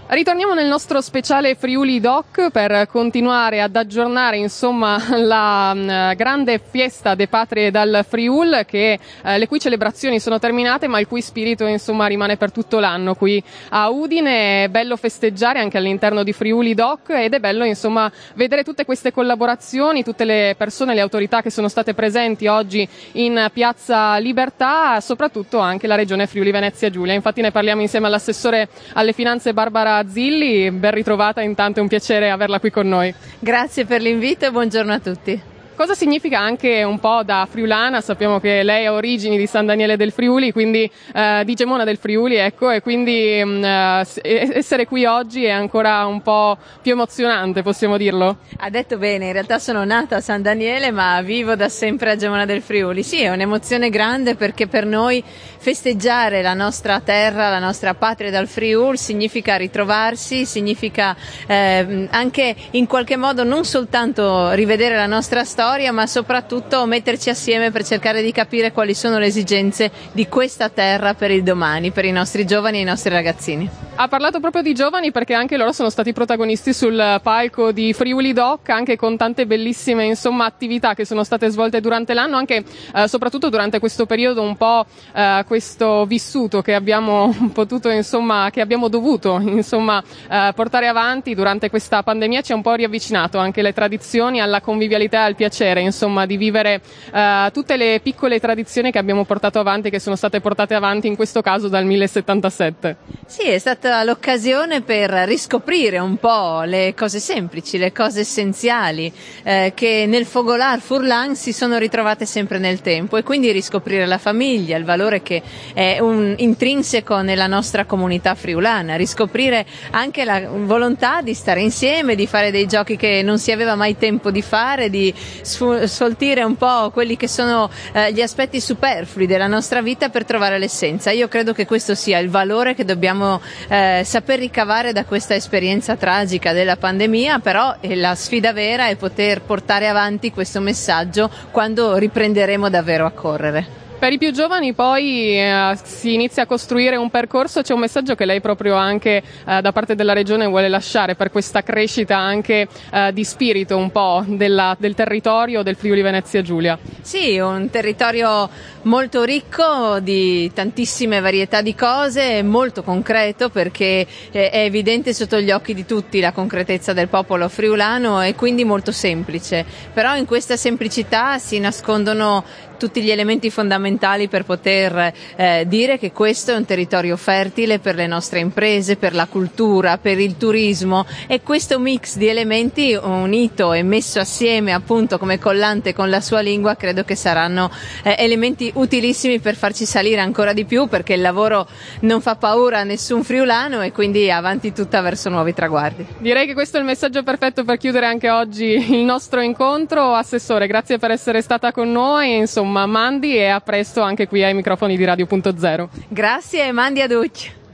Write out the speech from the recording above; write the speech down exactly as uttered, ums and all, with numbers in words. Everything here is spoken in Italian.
Ritorniamo nel nostro speciale Friuli Doc per continuare ad aggiornare insomma la uh, grande fiesta de Patrie dal Friul, che uh, le cui celebrazioni sono terminate ma il cui spirito insomma rimane per tutto l'anno qui a Udine. È bello festeggiare anche all'interno di Friuli Doc ed è bello insomma vedere tutte queste collaborazioni, tutte le persone, le autorità che sono state presenti oggi in Piazza Libertà, soprattutto anche la regione Friuli Venezia Giulia. Infatti ne parliamo insieme all'assessore alle finanze Barbara Zilli. Ben ritrovata, intanto è un piacere averla qui con noi. Grazie per l'invito e buongiorno a tutti. Cosa significa anche un po' da friulana? Sappiamo che lei ha origini di San Daniele del Friuli, quindi eh, di Gemona del Friuli, ecco, e quindi mh, essere qui oggi è ancora un po' più emozionante, possiamo dirlo? Ha detto bene, in realtà sono nata a San Daniele ma vivo da sempre a Gemona del Friuli. Sì, è un'emozione grande perché per noi festeggiare la nostra terra, la nostra patria dal Friul significa ritrovarsi, significa eh, anche in qualche modo non soltanto rivedere la nostra storia, ma soprattutto metterci assieme per cercare di capire quali sono le esigenze di questa terra per il domani, per i nostri giovani e i nostri ragazzini. Ha parlato proprio di giovani perché anche loro sono stati protagonisti sul palco di Friuli Doc, anche con tante bellissime insomma attività che sono state svolte durante l'anno, anche eh, soprattutto durante questo periodo un po' eh, questo vissuto che abbiamo potuto insomma che abbiamo dovuto insomma eh, portare avanti durante questa pandemia. Ci ha un po' riavvicinato anche le tradizioni alla convivialità e al piacere insomma di vivere eh, tutte le piccole tradizioni che abbiamo portato avanti, che sono state portate avanti in questo caso dal millesettantasette. Sì, è stata l'occasione per riscoprire un po' le cose semplici, le cose essenziali eh, che nel fogolar Furlan si sono ritrovate sempre nel tempo, e quindi riscoprire la famiglia, il valore che è un intrinseco nella nostra comunità friulana, riscoprire anche la volontà di stare insieme, di fare dei giochi che non si aveva mai tempo di fare, di sfoltire un po' quelli che sono eh, gli aspetti superflui della nostra vita per trovare l'essenza. Io credo che questo sia il valore che dobbiamo eh, saper ricavare da questa esperienza tragica della pandemia, però eh, la sfida vera è poter portare avanti questo messaggio quando riprenderemo davvero a correre. Per i più giovani poi eh, si inizia a costruire un percorso. C'è un messaggio che lei proprio anche eh, da parte della regione vuole lasciare per questa crescita anche eh, di spirito un po' della, del territorio del Friuli Venezia Giulia. Sì, un territorio molto ricco di tantissime varietà di cose, molto concreto perché è evidente sotto gli occhi di tutti la concretezza del popolo friulano e quindi molto semplice, però in questa semplicità si nascondono tutti gli elementi fondamentali per poter eh, dire che questo è un territorio fertile per le nostre imprese, per la cultura, per il turismo, e questo mix di elementi unito e messo assieme appunto come collante con la sua lingua credo che saranno eh, elementi utilissimi per farci salire ancora di più, perché il lavoro non fa paura a nessun friulano e quindi avanti tutta verso nuovi traguardi. Direi che questo è il messaggio perfetto per chiudere anche oggi il nostro incontro. Assessore, grazie per essere stata con noi, insomma mandi e a presto anche qui ai microfoni di Radio Punto Zero. Grazie e mandi a tutti.